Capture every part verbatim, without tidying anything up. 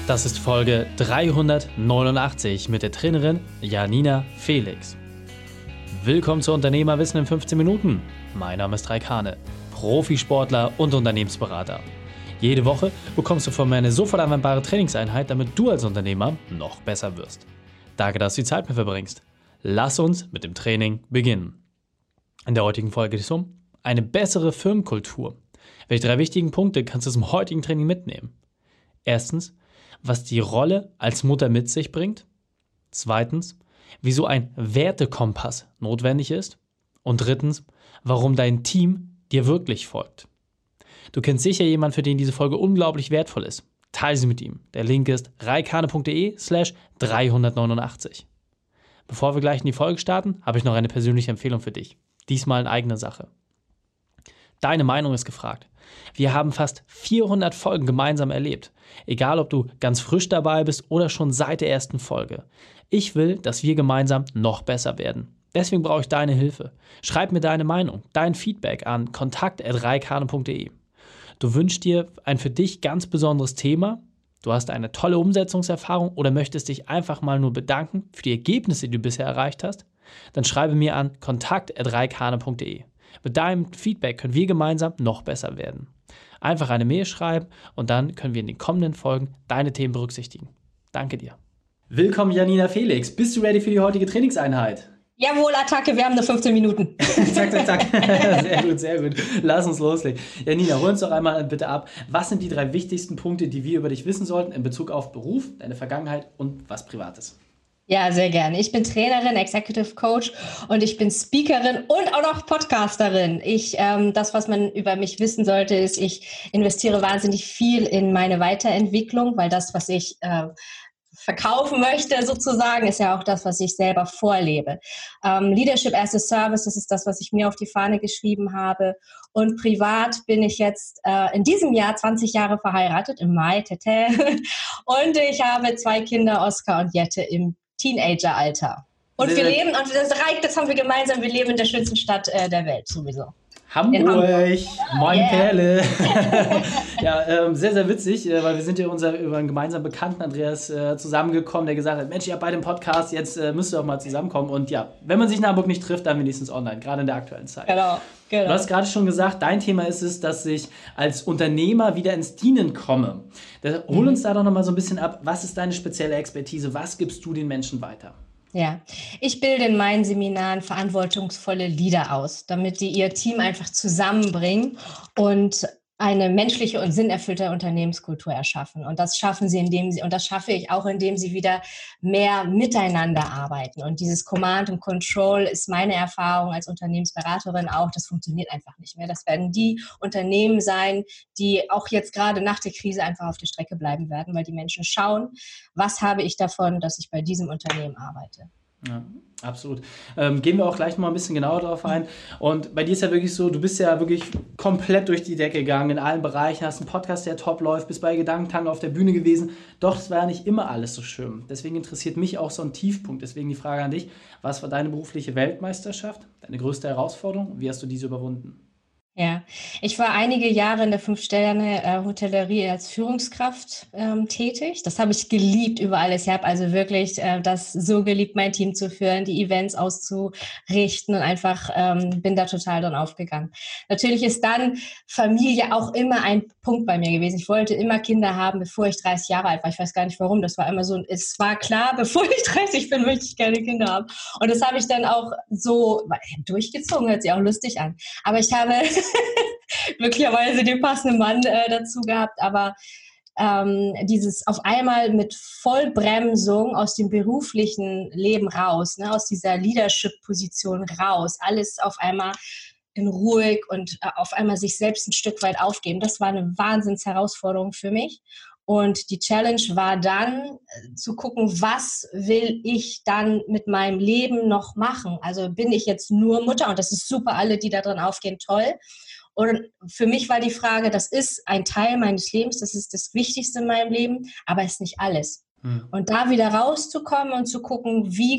Das ist Folge dreihundertneunundachtzig mit der Trainerin Janina Felix. Willkommen zu Unternehmerwissen in fünfzehn Minuten. Mein Name ist Raik Hane, Profisportler und Unternehmensberater. Jede Woche bekommst du von mir eine sofort anwendbare Trainingseinheit, damit du als Unternehmer noch besser wirst. Danke, dass du die Zeit mit verbringst. Lass uns mit dem Training beginnen. In der heutigen Folge geht es um eine bessere Firmenkultur. Welche drei wichtigen Punkte kannst du zum heutigen Training mitnehmen? Erstens, was die Rolle als Mutter mit sich bringt. Zweitens, wieso ein Wertekompass notwendig ist. Und drittens, warum dein Team dir wirklich folgt. Du kennst sicher jemanden, für den diese Folge unglaublich wertvoll ist. Teile sie mit ihm. Der Link ist reikhane.de slash 389. Bevor wir gleich in die Folge starten, habe ich noch eine persönliche Empfehlung für dich. Diesmal in eigener Sache. Deine Meinung ist gefragt. Wir haben fast vierhundert Folgen gemeinsam erlebt. Egal, ob du ganz frisch dabei bist oder schon seit der ersten Folge. Ich will, dass wir gemeinsam noch besser werden. Deswegen brauche ich deine Hilfe. Schreib mir deine Meinung, dein Feedback an kontakt at reikhane punkt de. Du wünschst dir ein für dich ganz besonderes Thema, du hast eine tolle Umsetzungserfahrung oder möchtest dich einfach mal nur bedanken für die Ergebnisse, die du bisher erreicht hast, dann schreibe mir an kontakt at reikhane punkt de. Mit deinem Feedback können wir gemeinsam noch besser werden. Einfach eine Mail schreiben und dann können wir in den kommenden Folgen deine Themen berücksichtigen. Danke dir. Willkommen Janina Felix. Bist du ready für die heutige Trainingseinheit? Jawohl, Attacke, wir haben nur fünfzehn Minuten. zack, zack, zack. Sehr gut, sehr gut. Lass uns loslegen. Janina, hol uns doch einmal bitte ab. Was sind die drei wichtigsten Punkte, die wir über dich wissen sollten in Bezug auf Beruf, deine Vergangenheit und was Privates? Ja, sehr gerne. Ich bin Trainerin, Executive Coach und ich bin Speakerin und auch noch Podcasterin. Ich, ähm, das, was man über mich wissen sollte, ist, ich investiere wahnsinnig viel in meine Weiterentwicklung, weil das, was ich äh, verkaufen möchte sozusagen, ist ja auch das, was ich selber vorlebe. Ähm, Leadership as a Service, das ist das, was ich mir auf die Fahne geschrieben habe. Und privat bin ich jetzt äh, in diesem Jahr zwanzig Jahre verheiratet, im Mai, tete. Und ich habe zwei Kinder, Oskar und Jette, im Teenageralter. Und Sehr, wir leben, und das reicht, das haben wir gemeinsam, wir leben in der schönsten Stadt äh, der Welt sowieso. Hamburg, Hamburg. Moin yeah. Perle. Ja, ähm, sehr, sehr witzig, äh, weil wir sind ja unser, über einen gemeinsamen Bekannten, Andreas, äh, zusammengekommen, der gesagt hat, Mensch, ihr habt beide einen Podcast, jetzt äh, müsst ihr auch mal zusammenkommen. Und ja, wenn man sich in Hamburg nicht trifft, dann wenigstens online, gerade in der aktuellen Zeit. Genau, genau. Du hast gerade schon gesagt, dein Thema ist es, dass ich als Unternehmer wieder ins Dienen komme. Da, hol mhm. uns da doch nochmal so ein bisschen ab, was ist deine spezielle Expertise, was gibst du den Menschen weiter? Ja, ich bilde in meinen Seminaren verantwortungsvolle Leader aus, damit die ihr Team einfach zusammenbringen und eine menschliche und sinnerfüllte Unternehmenskultur erschaffen. Und das schaffen sie, indem sie, und das schaffe ich auch, indem sie wieder mehr miteinander arbeiten. Und dieses Command and Control ist meine Erfahrung als Unternehmensberaterin auch, das funktioniert einfach nicht mehr. Das werden die Unternehmen sein, die auch jetzt gerade nach der Krise einfach auf der Strecke bleiben werden, weil die Menschen schauen, was habe ich davon, dass ich bei diesem Unternehmen arbeite. Ja, absolut. Ähm, gehen wir auch gleich mal ein bisschen genauer darauf ein. Und bei dir ist ja wirklich so, du bist ja wirklich komplett durch die Decke gegangen in allen Bereichen, hast einen Podcast, der top läuft, bist bei Gedankentanken auf der Bühne gewesen. Doch es war ja nicht immer alles so schön. Deswegen interessiert mich auch so ein Tiefpunkt. Deswegen die Frage an dich, was war deine berufliche Weltmeisterschaft, deine größte Herausforderung? Wie hast du diese überwunden? Ja, ich war einige Jahre in der Fünf-Sterne-Hotellerie als Führungskraft ähm, tätig. Das habe ich geliebt über alles. Ich habe also wirklich äh, das so geliebt, mein Team zu führen, die Events auszurichten und einfach ähm, bin da total drin aufgegangen. Natürlich ist dann Familie auch immer ein Punkt bei mir gewesen. Ich wollte immer Kinder haben, bevor ich dreißig Jahre alt war. Ich weiß gar nicht warum. Das war immer so, es war klar, bevor ich dreißig bin, möchte ich keine Kinder haben. Und das habe ich dann auch so durchgezogen, hört sich auch lustig an. Aber ich habe glücklicherweise den passenden Mann äh, dazu gehabt, aber ähm, dieses auf einmal mit Vollbremsung aus dem beruflichen Leben raus, ne, aus dieser Leadership-Position raus, alles auf einmal in ruhig und äh, auf einmal sich selbst ein Stück weit aufgeben, das war eine Wahnsinnsherausforderung für mich. Und die Challenge war dann äh, zu gucken, was will ich dann mit meinem Leben noch machen? Also bin ich jetzt nur Mutter und das ist super, alle, die da drin aufgehen, toll. Und für mich war die Frage, das ist ein Teil meines Lebens, das ist das Wichtigste in meinem Leben, aber es ist nicht alles. Hm. Und da wieder rauszukommen und zu gucken, wie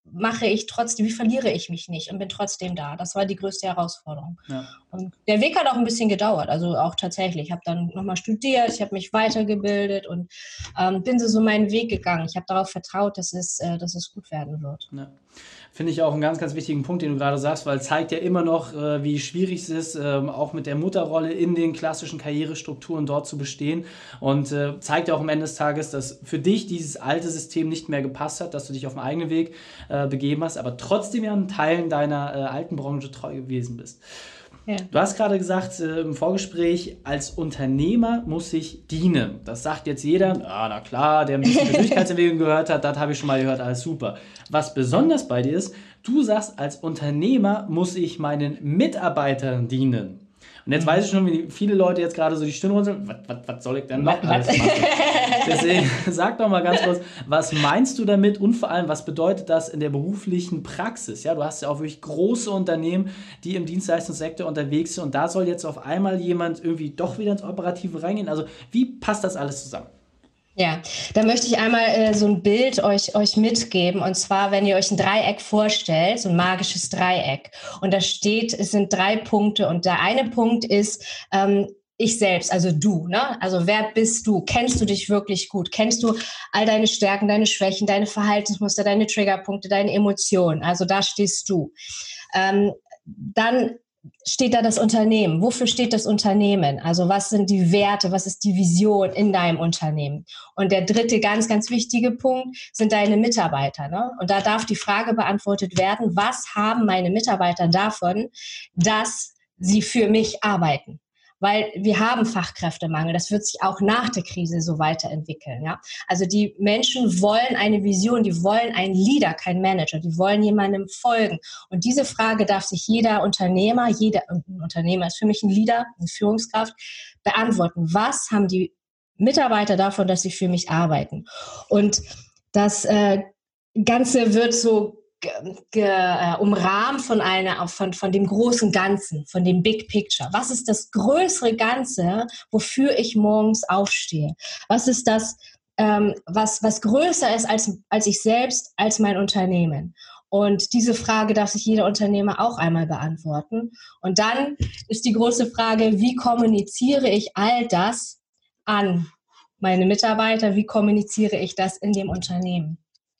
mache ich trotzdem, wie verliere ich mich nicht und bin trotzdem da? Das war die größte Herausforderung. Ja. Und der Weg hat auch ein bisschen gedauert, also auch tatsächlich. Ich habe dann nochmal studiert, ich habe mich weitergebildet und ähm, bin so, so meinen Weg gegangen. Ich habe darauf vertraut, dass es, äh, dass es gut werden wird. Ja. Finde ich auch einen ganz, ganz wichtigen Punkt, den du gerade sagst, weil es zeigt ja immer noch, äh, wie schwierig es ist, äh, auch mit der Mutterrolle in den klassischen Karrierestrukturen dort zu bestehen und äh, zeigt ja auch am Ende des Tages, dass für dich dieses alte System nicht mehr gepasst hat, dass du dich auf den eigenen Weg äh, begeben hast, aber trotzdem ja in Teilen deiner äh, alten Branche treu gewesen bist. Ja. Du hast gerade gesagt äh, im Vorgespräch, als Unternehmer muss ich dienen. Das sagt jetzt jeder, ah, na klar, der ein bisschen Persönlichkeitsentwicklung gehört hat, das habe ich schon mal gehört, alles super. Was besonders bei dir ist, du sagst, als Unternehmer muss ich meinen Mitarbeitern dienen. Und jetzt weiß ich schon, wie viele Leute jetzt gerade so die Stirn runzeln. Was, was, was soll ich denn noch alles machen? Deswegen sag doch mal ganz kurz, was meinst du damit und vor allem, was bedeutet das in der beruflichen Praxis? Ja, du hast ja auch wirklich große Unternehmen, die im Dienstleistungssektor unterwegs sind und da soll jetzt auf einmal jemand irgendwie doch wieder ins Operative reingehen. Also wie passt das alles zusammen? Ja, da möchte ich einmal äh, so ein Bild euch, euch mitgeben. Und zwar, wenn ihr euch ein Dreieck vorstellt, so ein magisches Dreieck. Und da steht, es sind drei Punkte. Und der eine Punkt ist ähm, ich selbst, also du. Ne? Also wer bist du? Kennst du dich wirklich gut? Kennst du all deine Stärken, deine Schwächen, deine Verhaltensmuster, deine Triggerpunkte, deine Emotionen? Also da stehst du. Ähm, dann steht da das Unternehmen? Wofür steht das Unternehmen? Also was sind die Werte? Was ist die Vision in deinem Unternehmen? Und der dritte ganz, ganz wichtige Punkt sind deine Mitarbeiter. Ne? Und da darf die Frage beantwortet werden, was haben meine Mitarbeiter davon, dass sie für mich arbeiten? Weil wir haben Fachkräftemangel. Das wird sich auch nach der Krise so weiterentwickeln. Ja? Also die Menschen wollen eine Vision, die wollen einen Leader, keinen Manager, die wollen jemandem folgen. Und diese Frage darf sich jeder Unternehmer, jeder ein Unternehmer ist für mich ein Leader, eine Führungskraft, beantworten. Was haben die Mitarbeiter davon, dass sie für mich arbeiten? Und das äh, Ganze wird so Ge, ge, äh, umrahmt von einer, von, von dem großen Ganzen, von dem Big Picture. Was ist das größere Ganze, wofür ich morgens aufstehe? Was ist das, ähm, was, was größer ist als, als ich selbst, als mein Unternehmen? Und diese Frage darf sich jeder Unternehmer auch einmal beantworten. Und dann ist die große Frage, wie kommuniziere ich all das an meine Mitarbeiter? Wie kommuniziere ich das in dem Unternehmen?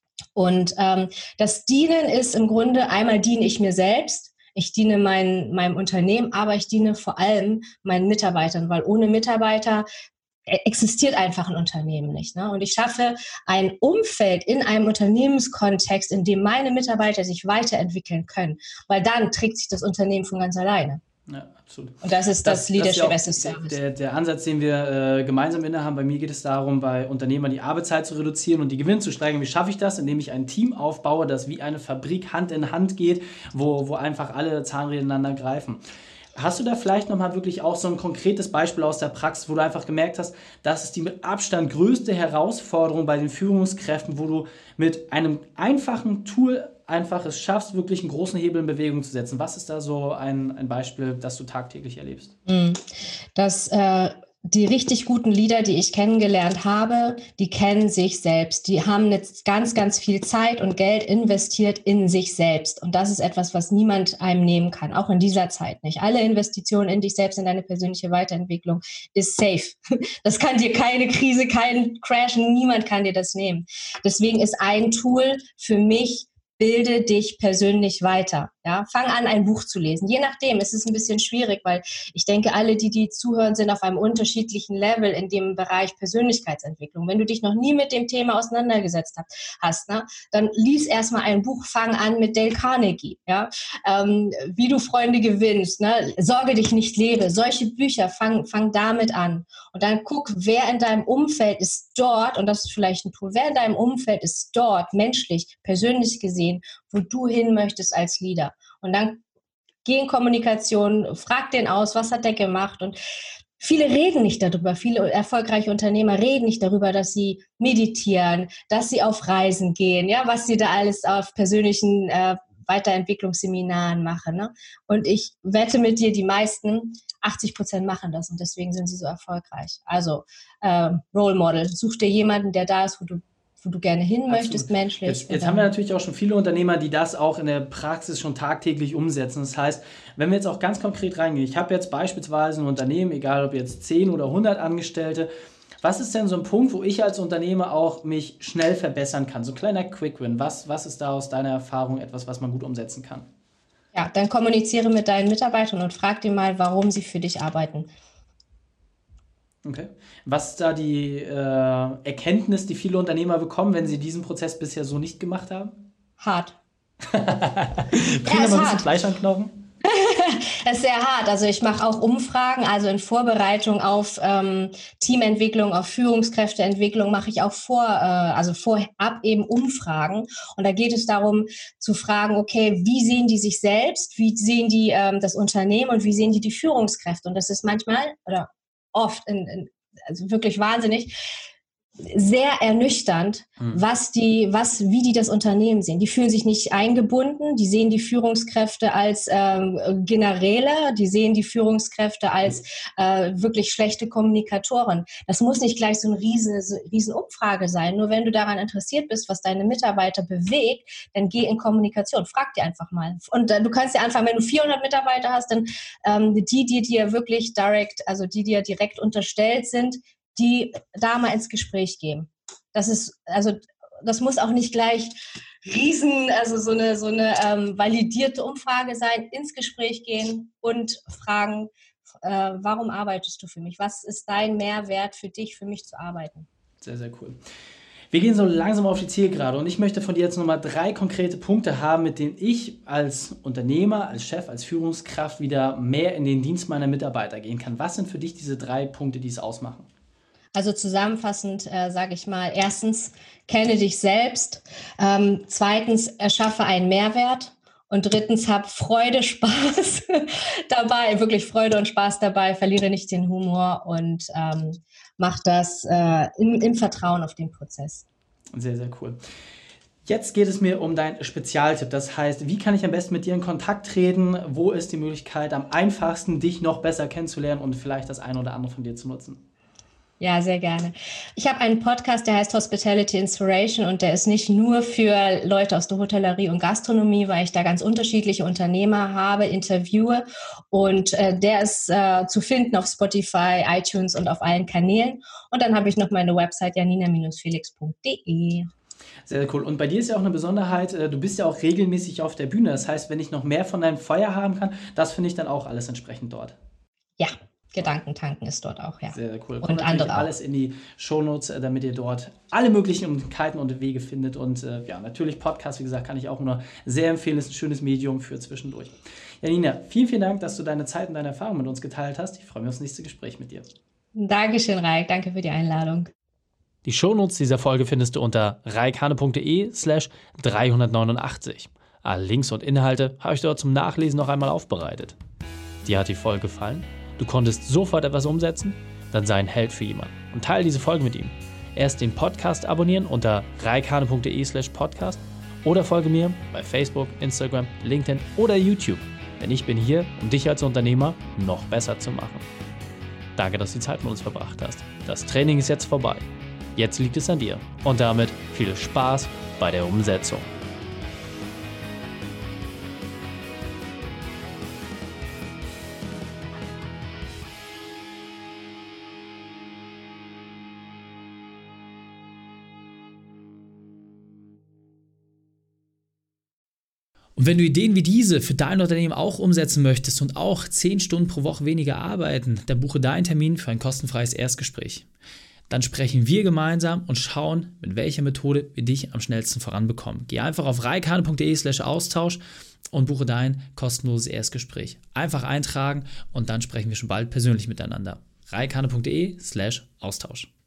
Und ähm, das Dienen ist im Grunde, einmal diene ich mir selbst, ich diene mein, meinem Unternehmen, aber ich diene vor allem meinen Mitarbeitern, weil ohne Mitarbeiter existiert einfach ein Unternehmen nicht. Ne? Und ich schaffe ein Umfeld in einem Unternehmenskontext, in dem meine Mitarbeiter sich weiterentwickeln können, weil dann trägt sich das Unternehmen von ganz alleine. Ja, absolut. Und das ist das, das Leadership as a Service. Der, der Ansatz, den wir äh, gemeinsam innehaben, bei mir geht es darum, bei Unternehmern die Arbeitszeit zu reduzieren und die Gewinne zu steigern. Wie schaffe ich das? Indem ich ein Team aufbaue, das wie eine Fabrik Hand in Hand geht, wo, wo einfach alle Zahnräder ineinander greifen. Hast du da vielleicht nochmal wirklich auch so ein konkretes Beispiel aus der Praxis, wo du einfach gemerkt hast, das ist die mit Abstand größte Herausforderung bei den Führungskräften, wo du mit einem einfachen Tool einfach es schaffst, wirklich einen großen Hebel in Bewegung zu setzen? Was ist da so ein, ein Beispiel, das du tagtäglich erlebst? Das äh Die richtig guten Leader, die ich kennengelernt habe, die kennen sich selbst. Die haben jetzt ganz, ganz viel Zeit und Geld investiert in sich selbst. Und das ist etwas, was niemand einem nehmen kann, auch in dieser Zeit nicht. Alle Investitionen in dich selbst, in deine persönliche Weiterentwicklung ist safe. Das kann dir keine Krise, kein Crash, niemand kann dir das nehmen. Deswegen ist ein Tool für mich, bilde dich persönlich weiter. Ja, fang an, ein Buch zu lesen. Je nachdem, es ist ein bisschen schwierig, weil ich denke, alle, die die zuhören, sind auf einem unterschiedlichen Level in dem Bereich Persönlichkeitsentwicklung. Wenn du dich noch nie mit dem Thema auseinandergesetzt hast, ne, dann lies erstmal ein Buch, fang an mit Dale Carnegie. Ja, ähm, wie du Freunde gewinnst, ne, sorge dich nicht, lebe. Solche Bücher, fang, fang damit an. Und dann guck, wer in deinem Umfeld ist dort, und das ist vielleicht ein Tool, wer in deinem Umfeld ist dort, menschlich, persönlich gesehen, wo du hin möchtest als Leader. Und dann geh in Kommunikation, frag den aus, was hat der gemacht? Und viele reden nicht darüber, viele erfolgreiche Unternehmer reden nicht darüber, dass sie meditieren, dass sie auf Reisen gehen, ja, was sie da alles auf persönlichen äh, Weiterentwicklungsseminaren machen. Ne? Und ich wette mit dir, die meisten, achtzig Prozent machen das und deswegen sind sie so erfolgreich. Also äh, Role Model, such dir jemanden, der da ist, wo du wo du gerne hin Absolut. möchtest, menschlich. Jetzt, jetzt haben wir natürlich auch schon viele Unternehmer, die das auch in der Praxis schon tagtäglich umsetzen. Das heißt, wenn wir jetzt auch ganz konkret reingehen, ich habe jetzt beispielsweise ein Unternehmen, egal ob jetzt zehn oder hundert Angestellte, was ist denn so ein Punkt, wo ich als Unternehmer auch mich schnell verbessern kann? So ein kleiner Quick-Win. Was, was ist da aus deiner Erfahrung etwas, was man gut umsetzen kann? Ja, dann kommuniziere mit deinen Mitarbeitern und frag die mal, warum sie für dich arbeiten. Okay. Was ist da die äh, Erkenntnis, die viele Unternehmer bekommen, wenn sie diesen Prozess bisher so nicht gemacht haben? Hart. Bring Ja, ja, ist mal ein bisschen hart. Fleisch an den Knochen. Das ist sehr hart. Also ich mache auch Umfragen, also in Vorbereitung auf ähm, Teamentwicklung, auf Führungskräfteentwicklung mache ich auch vor, äh, also vorab eben Umfragen. Und da geht es darum zu fragen, okay, wie sehen die sich selbst, wie sehen die ähm, das Unternehmen und wie sehen die die Führungskräfte? Und das ist manchmal oder oft, in, in, also wirklich wahnsinnig, sehr ernüchternd, Hm. was die, was, wie die das Unternehmen sehen. Die fühlen sich nicht eingebunden, die sehen die Führungskräfte als ähm, Generäle, die sehen die Führungskräfte als äh, wirklich schlechte Kommunikatoren. Das muss nicht gleich so eine riesen, so, riesen Umfrage sein. Nur wenn du daran interessiert bist, was deine Mitarbeiter bewegt, dann geh in Kommunikation. Frag die einfach mal. Und äh, du kannst dir anfangen, wenn du vierhundert Mitarbeiter hast, dann ähm, die, die dir wirklich direkt, also die dir direkt unterstellt sind, die da mal ins Gespräch gehen. Das ist, also das muss auch nicht gleich riesen, also so eine, so eine ähm, validierte Umfrage sein, ins Gespräch gehen und fragen, äh, warum arbeitest du für mich? Was ist dein Mehrwert für dich, für mich zu arbeiten? Sehr, sehr cool. Wir gehen so langsam auf die Zielgerade und ich möchte von dir jetzt nochmal drei konkrete Punkte haben, mit denen ich als Unternehmer, als Chef, als Führungskraft wieder mehr in den Dienst meiner Mitarbeiter gehen kann. Was sind für dich diese drei Punkte, die es ausmachen? Also zusammenfassend äh, sage ich mal, erstens, kenne dich selbst, ähm, zweitens, erschaffe einen Mehrwert und drittens, hab Freude, Spaß dabei, wirklich Freude und Spaß dabei, verliere nicht den Humor und ähm, mach das äh, im, im Vertrauen auf den Prozess. Sehr, sehr cool. Jetzt geht es mir um deinen Spezialtipp. Das heißt, wie kann ich am besten mit dir in Kontakt treten? Wo ist die Möglichkeit, am einfachsten dich noch besser kennenzulernen und vielleicht das eine oder andere von dir zu nutzen? Ja, sehr gerne. Ich habe einen Podcast, der heißt Hospitality Inspiration und der ist nicht nur für Leute aus der Hotellerie und Gastronomie, weil ich da ganz unterschiedliche Unternehmer habe, interviewe und äh, der ist äh, zu finden auf Spotify, iTunes und auf allen Kanälen. Und dann habe ich noch meine Website janina felix punkt de. Sehr cool. Und bei dir ist ja auch eine Besonderheit, du bist ja auch regelmäßig auf der Bühne. Das heißt, wenn ich noch mehr von deinem Feuer haben kann, das finde ich dann auch alles entsprechend dort. Ja. Gedankentanken ist dort auch, ja. Sehr, sehr cool. Und andere auch. Alles in die Shownotes, damit ihr dort alle möglichen Möglichkeiten und Wege findet. Und äh, ja, natürlich Podcast, wie gesagt, kann ich auch nur sehr empfehlen. Ist ein schönes Medium für zwischendurch. Janina, vielen, vielen Dank, dass du deine Zeit und deine Erfahrungen mit uns geteilt hast. Ich freue mich aufs nächste Gespräch mit dir. Dankeschön, Raik. Danke für die Einladung. Die Shownotes dieser Folge findest du unter reikhane.de slash 389. Alle Links und Inhalte habe ich dort zum Nachlesen noch einmal aufbereitet. Dir hat die Folge gefallen? Du konntest sofort etwas umsetzen? Dann sei ein Held für jemanden und teile diese Folge mit ihm. Erst den Podcast abonnieren unter reikhane.de slash podcast oder folge mir bei Facebook, Instagram, LinkedIn oder YouTube, denn ich bin hier, um dich als Unternehmer noch besser zu machen. Danke, dass du die Zeit mit uns verbracht hast. Das Training ist jetzt vorbei. Jetzt liegt es an dir und damit viel Spaß bei der Umsetzung. Und wenn du Ideen wie diese für dein Unternehmen auch umsetzen möchtest und auch zehn Stunden pro Woche weniger arbeiten, dann buche deinen Termin für ein kostenfreies Erstgespräch. Dann sprechen wir gemeinsam und schauen, mit welcher Methode wir dich am schnellsten voranbekommen. Geh einfach auf reikhane.de slash Austausch und buche dein kostenloses Erstgespräch. Einfach eintragen und dann sprechen wir schon bald persönlich miteinander. reikhane.de slash Austausch.